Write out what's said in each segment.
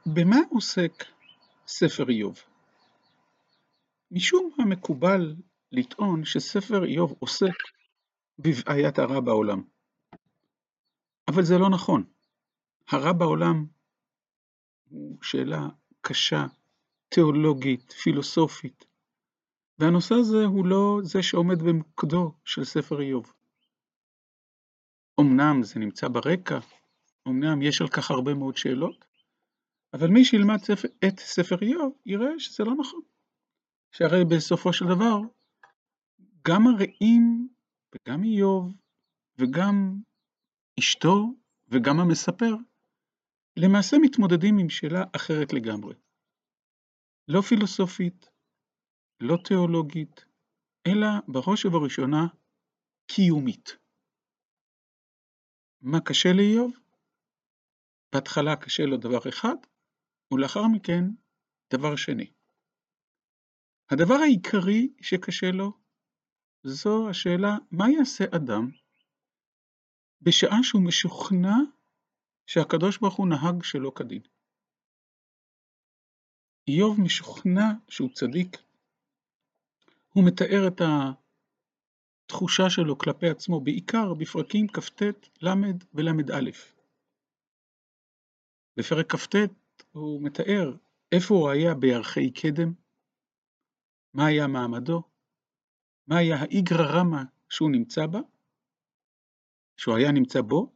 במה עוסק ספר איוב? משום מה מקובל לטעון שספר איוב עוסק בבעיית הרע בעולם. אבל זה לא נכון. הרע בעולם הוא שאלה קשה, תיאולוגית, פילוסופית, והנושא הזה הוא לא זה שעומד במוקדו של ספר איוב. אמנם זה נמצא ברקע, אמנם יש על כך הרבה מאוד שאלות, אבל מי שילמד את ספר איוב יראה שזה לא נכון. שהרי בסופו של דבר, גם הרעים וגם איוב וגם אשתו וגם המספר, למעשה מתמודדים עם שאלה אחרת לגמרי. לא פילוסופית, לא תיאולוגית, אלא בראש ובראשונה קיומית. מה קשה לאיוב? בהתחלה קשה לו דבר אחד, ולאחר מכן דבר שני. הדבר העיקרי שקשה לו, זו השאלה, מה יעשה אדם בשעה שהוא משוכנע שהקדוש ברוך הוא נהג שלא כדין? איוב משוכנע שהוא צדיק, הוא מתאר את התחושה שלו כלפי עצמו, בעיקר בפרקים כ"ט, ל' ול"א. בפרק כ"ט הוא מתאר איפה הוא היה בירחי קדם, מה היה מעמדו, מה היה האיגרא רמא שהוא נמצא בה, שהוא היה נמצא בו.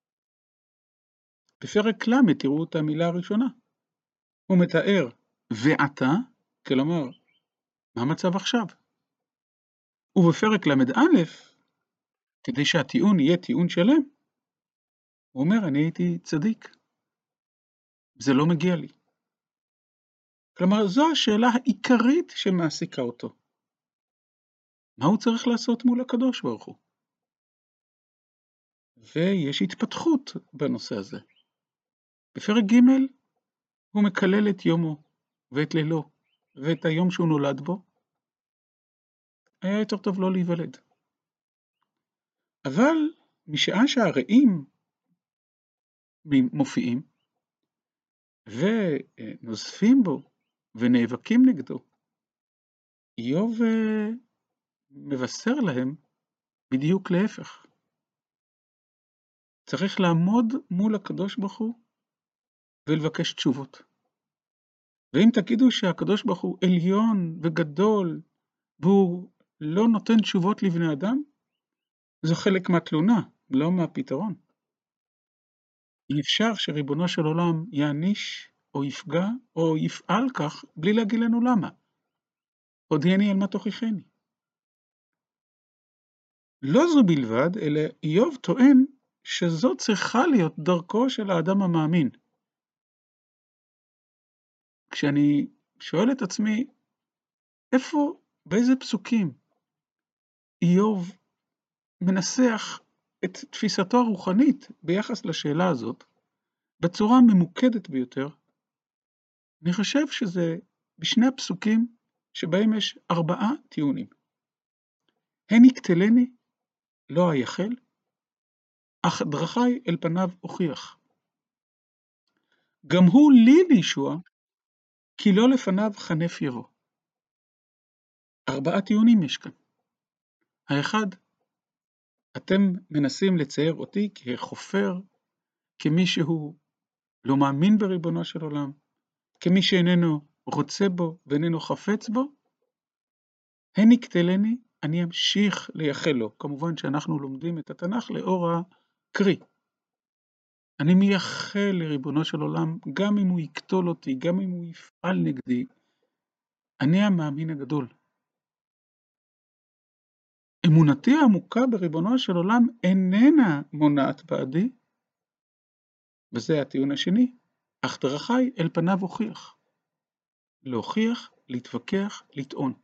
בפרק ל' תראו את המילה הראשונה. הוא מתאר ועתה, כלומר, מה המצב עכשיו? ובפרק ל"א, כדי שהטיעון יהיה טיעון שלם, הוא אומר, אני הייתי צדיק. זה לא מגיע לי. כלומר, זו השאלה העיקרית שמעסיקה אותו. מה הוא צריך לעשות מול הקדוש ברוך הוא? ויש התפתחות בנושא הזה. בפרק ג' הוא מקלל את יומו ואת לילו ואת היום שהוא נולד בו. היה יותר טוב לא להיוולד. אבל משעה שהרעים מופיעים ונוזפים בו ונאבקים נגדו, איוב מבשר להם בדיוק להפך. צריך לעמוד מול הקדוש ברוך הוא ולבקש תשובות. ואם תגידו שהקדוש ברוך הוא עליון וגדול והוא לא נותן תשובות לבני אדם, זו חלק מהתלונה, לא מהפתרון. אי אפשר שריבונו של עולם יעניש או יפגע או יפעל כך בלי להגיד לנו למה. הודיעני על מה תוכיחני. לא זו בלבד, אלא איוב טוען שזו צריכה להיות דרכו של האדם המאמין. כשאני שואל את עצמי, איפה, באיזה פסוקים איוב מנסח את תפיסתו הרוחנית ביחס לשאלה הזאת, בצורה ממוקדת ביותר, אני חושב שזה בשני הפסוקים שבהם יש 4 טיעונים. הן יקטלני, לא היחל, אך דרכי אל פניו הוכיח. גם הוא לי לישוע, כי לא לפניו חנף יבוא. 4 טיעונים יש כאן. האחד, אתם מנסים לצייר אותי כחופר, כמי שהוא לא מאמין בריבונו של עולם, כמי שאיננו רוצה בו ואיננו חפץ בו. הן יקטלני, אני אמשיך לייחל לו. כמובן שאנחנו לומדים את התנ"ך לאור הקרי. אני מייחל לריבונו של עולם, גם אם הוא יקטול אותי, גם אם הוא יפעל נגדי. אני המאמין הגדול. אמונתי העמוקה בריבונו של עולם איננה מונעת בעדי, וזה הטיעון השני, אך דרכי אל פניו הוכיח. להוכיח, להתווכח, לטעון.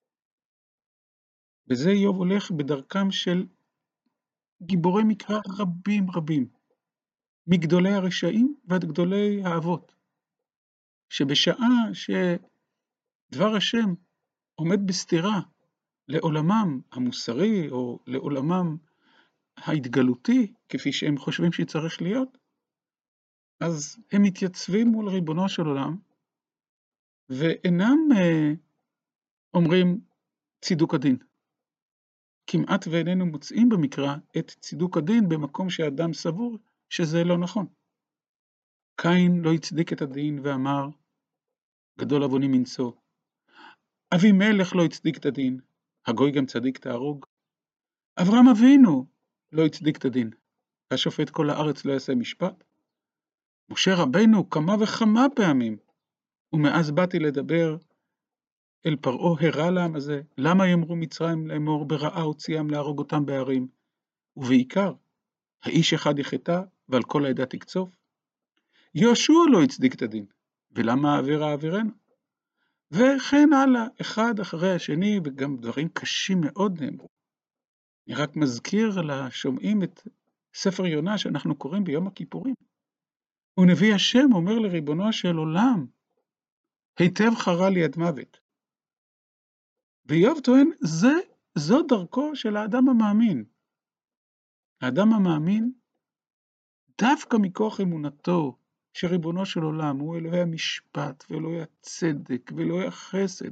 בזה איוב הולך בדרכם של גיבורי מקרא רבים רבים, מגדולי הרשעים ועד גדולי האבות, שבשעה שדבר השם עומד בסתירה לעולמם המוסרי או לעולמם ההתגלותי, כפי שהם חושבים שצריך להיות, אז הם מתייצבים מול ריבונו של עולם, ואינם אומרים צידוק הדין. כמעט ואיננו מוצאים במקרא את צידוק הדין במקום שאדם סבור שזה לא נכון. קין לא הצדיק את הדין ואמר, גדול עווני מנשוא. אבימלך לא הצדיק את הדין, הגוי גם צדיק תהרוג. אברהם אבינו לא הצדיק את הדין, והשופט כל הארץ לא יעשה משפט. משה רבנו כמה וכמה פעמים, ומאז באתי לדבר אל פרעה הרע לעם הזה, למה יאמרו מצרים לאמור ברעה הוציאם להרוג אותם בערים, ובעיקר, האיש אחד יחטא ועל כל העדה תקצוף. יהושע לא הצדיק את הדין, ולמה העבירה העבירנו? וכן הלאה, אחד אחרי השני, וגם דברים קשים מאוד נאמרו. אני רק מזכיר לשומעים את ספר יונה שאנחנו קוראים ביום הכיפורים. ונביא השם אומר לריבונו של עולם, היטב חרה לי עד מוות. ואיוב טוען, זו דרכו של האדם המאמין. האדם המאמין, דווקא מכוח אמונתו, שריבונו של עולם הוא אלוהי המשפט, ואלוהי הצדק, ואלוהי החסד,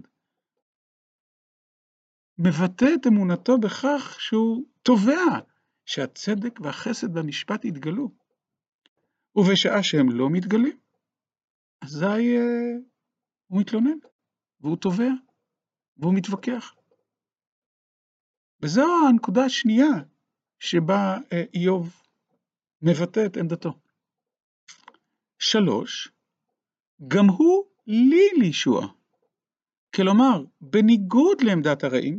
מבטא את אמונתו בכך שהוא תובע שהצדק והחסד והמשפט יתגלו. ובשעה שהם לא מתגלים, אזי הוא מתלונן, והוא תובע, והוא מתווכח. וזו הנקודה השנייה שבה איוב מבטא את עמדתו. 3, גם הוא לי לישוע. כלומר, בניגוד לעמדת הרעים,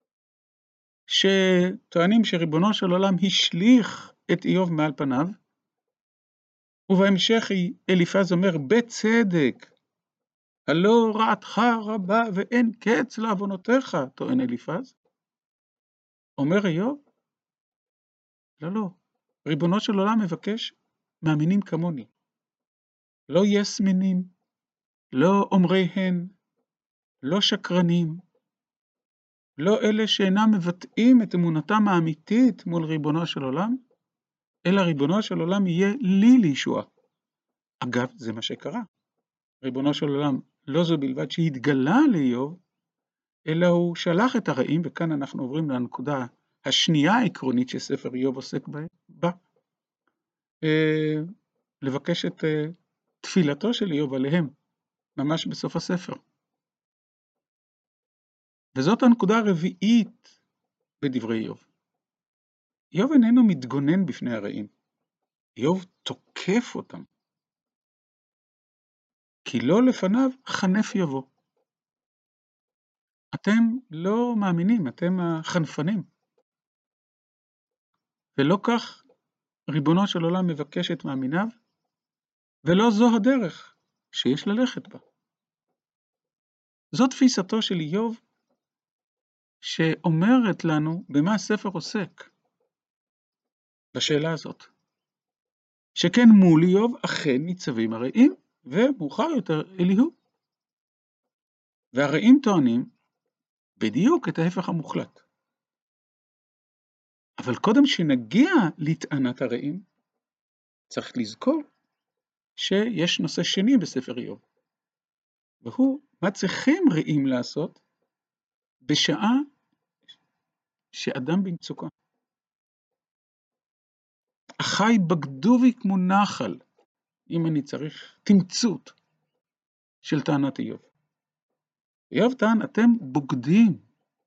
שטוענים שריבונו של עולם השליך את איוב מעל פניו, ובהמשך אליפז אומר, בצדק, הלא רעתך רבה ואין קץ לעוונותיך, טוען אליפז. אומר איוב, לא, ריבונו של עולם מבקש מאמינים כמוני. לא יסמינים, לא אומריהן, לא שקרנים, לא אלה שאינם מבטאים את אמונתם האמיתית מול ריבונו של עולם, אלא ריבונו של עולם יהיה לי לישוע. אגב, זה מה שקרה. ריבונו של עולם לא זו בלבד שהתגלה לאיוב, אלא הוא שלח את הרעים, וכאן אנחנו עוברים לנקודה השנייה העקרונית שספר איוב עוסק בה, לבקש את תפילתו של איוב עליהם, ממש בסוף הספר. וזאת הנקודה הרביעית בדברי איוב. איוב איננו מתגונן בפני הרעים. איוב תוקף אותם. כי לא לפניו חנף יבוא. אתם לא מאמינים, אתם החנפנים. ולא כך ריבונו של עולם מבקש את מאמיניו, ולא זו הדרך שיש ללכת בה. זו תפיסתו של איוב, שאומרת לנו במה הספר עוסק, בשאלה הזאת. שכן מול איוב אכן ניצבים הרעים, ומאוחר יותר אליהו. והרעים טוענים בדיוק את ההפך המוחלט. אבל קודם שנגיע לטענת הרעים, צריך לזכור שיש נושא שני בספר איוב. והוא, מה צריכים רעים לעשות בשעה שאדם במצוקה? החי בגדו בי כמו נחל, אם אני צריך תמצות של טענת איוב. איוב טען, אתם בוגדים.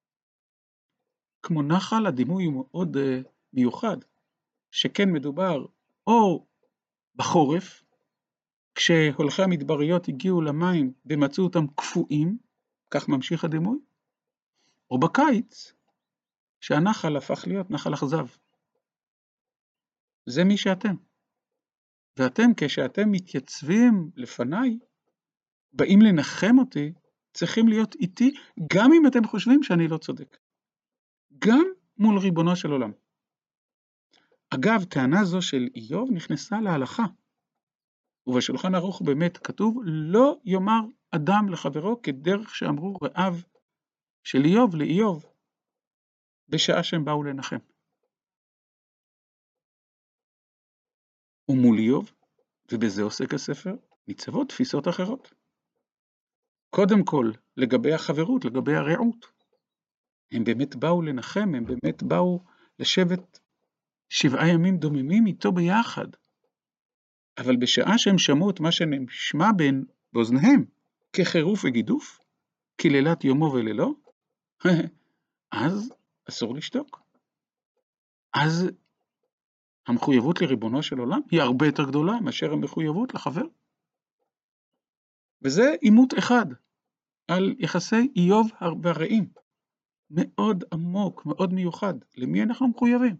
כמו נחל, הדימוי הוא מאוד מיוחד, שכן מדובר או בחורף, כשהולכי המדבריות הגיעו למים ומצאו אותם קפואים, כך ממשיך הדימוי, או בקיץ, שהנחל הפך להיות נחל אכזב. זה מי שאתם. ואתם, כשאתם מתייצבים לפניי, באים לנחם אותי, צריכים להיות איתי, גם אם אתם חושבים שאני לא צודק. גם מול ריבונו של עולם. אגב, טענה זו של איוב נכנסה להלכה. ובשולחן ערוך באמת כתוב, לא יאמר אדם לחברו כדרך שאמרו רעיו של איוב לאיוב, בשעה שהם באו לנחם. ומול איוב, ובזה עוסק הספר, ניצבות תפיסות אחרות. קודם כל, לגבי החברות, לגבי הרעות. הם באמת באו לנחם, הם באמת באו לשבת 7 ימים דוממים איתו ביחד. אבל בשעה שהם שמעו את מה שנשמע באוזניהם, כחירוף וגידוף, כלילת יומו ולילו, אז אסור לשתוק. אז המחויבות לריבונו של עולם היא הרבה יותר גדולה מאשר המחויבות לחבר. וזה עימות אחד על יחסי איוב והרעים. מאוד עמוק, מאוד מיוחד. למי אנחנו מחויבים?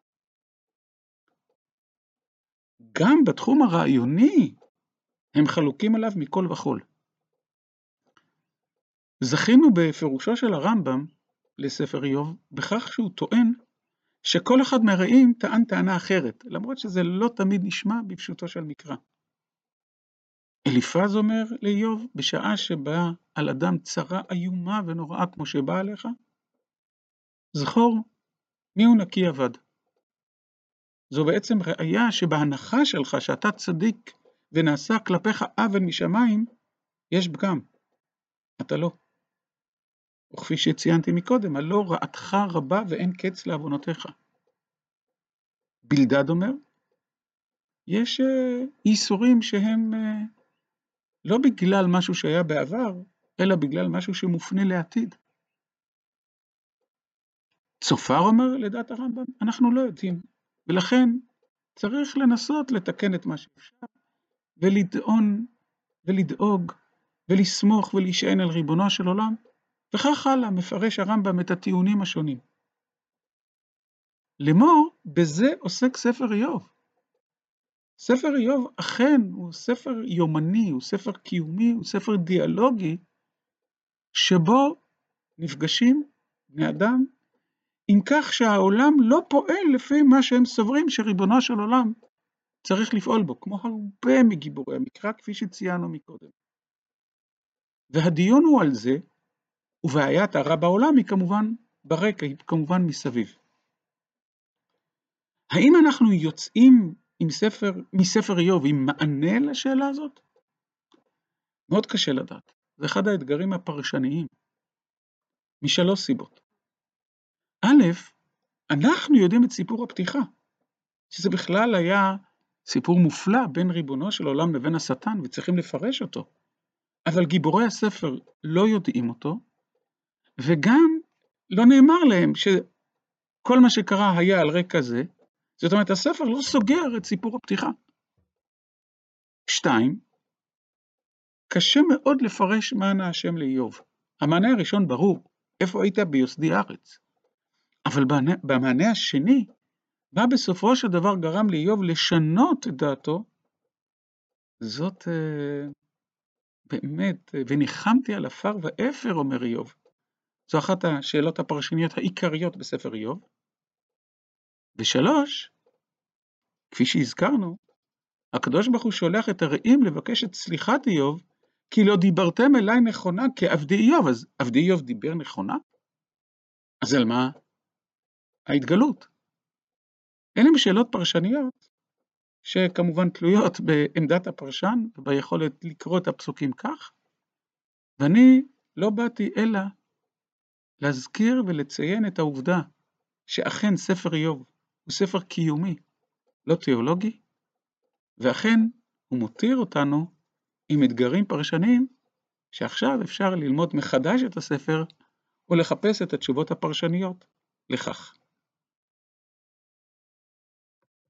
גם בתחום הרעיוני הם חלוקים עליו מכל וכל. זכינו בפירושו של הרמב"ם לספר איוב בכך שהוא טוען שכל אחד מהרעים טען טענה אחרת, למרות שזה לא תמיד נשמע בפשוטו של מקרא. אליפז אומר לאיוב, בשעה שבאה על אדם צרה איומה ונוראה כמו שבאה עליך, זכור מי הוא נקי אבד. זו בעצם ראיה שבהנחה שלך שאתה צדיק ונעשה כלפיך עוול משמיים, יש פגם. אתה לא. וכפי שציינתי מקודם, הלא רעתך רבה ואין קץ לעוונותיך. בלדד אומר, יש איסורים שהם לא בגלל משהו שהיה בעבר, אלא בגלל משהו שמופנה לעתיד. צופר אומר לדעת הרמב"ם, אנחנו לא יודעים, ולכן צריך לנסות לתקן את מה שאפשר, ולדאון ולדאוג ולסמוך ולהישען על ריבונו של עולם, וכך הלאה מפרש הרמב"ם את הטיעונים השונים. לאמור, בזה עוסק ספר איוב. ספר איוב אכן הוא ספר יומני, הוא ספר קיומי, הוא ספר דיאלוגי, שבו נפגשים בני אדם, עם כך שהעולם לא פועל לפי מה שהם סוברים שריבונו של עולם צריך לפעול בו, כמו הרבה מגיבורי המקרא, כפי שציינו מקודם. והדיון הוא על זה, ובעיית הרע בעולם היא כמובן ברקע, היא כמובן מסביב. האם אנחנו יוצאים מספר איוב עם מענה לשאלה הזאת? מאוד קשה לדעת. זה אחד האתגרים הפרשניים. משלוש סיבות. א', אנחנו יודעים את סיפור הפתיחה, שזה בכלל היה סיפור מופלא בין ריבונו של עולם לבין השטן, וצריכים לפרש אותו. אבל גיבורי הספר לא יודעים אותו, וגם לא נאמר להם שכל מה שקרה היה על רקע זה, זאת אומרת, הספר לא סוגר את סיפור הפתיחה. 2, קשה מאוד לפרש מה ענה השם לאיוב. המענה הראשון ברור, איפה היית ביוסדי הארץ? אבל במענה השני, מה בסופו של דבר גרם לאיוב לשנות את דעתו? זאת באמת, וניחמתי על עפר ואפר, אומר איוב. זו אחת השאלות הפרשניות העיקריות בספר איוב. 3, כפי שהזכרנו, הקדוש ברוך הוא שולח את הרעים לבקש את סליחת איוב, כי לא דיברתם אליי נכונה כעבדי איוב. אז עבדי איוב דיבר נכונה? אז על מה? ההתגלות. אלה שאלות פרשניות, שכמובן תלויות בעמדת הפרשן, וביכולת לקרוא את הפסוקים כך, ואני לא באתי אלא להזכיר ולציין את העובדה, שאכן ספר איוב הוא ספר קיומי, לא תיאולוגי, ואכן הוא מותיר אותנו עם אתגרים פרשניים, שעכשיו אפשר ללמוד מחדש את הספר, ולחפש את התשובות הפרשניות לכך.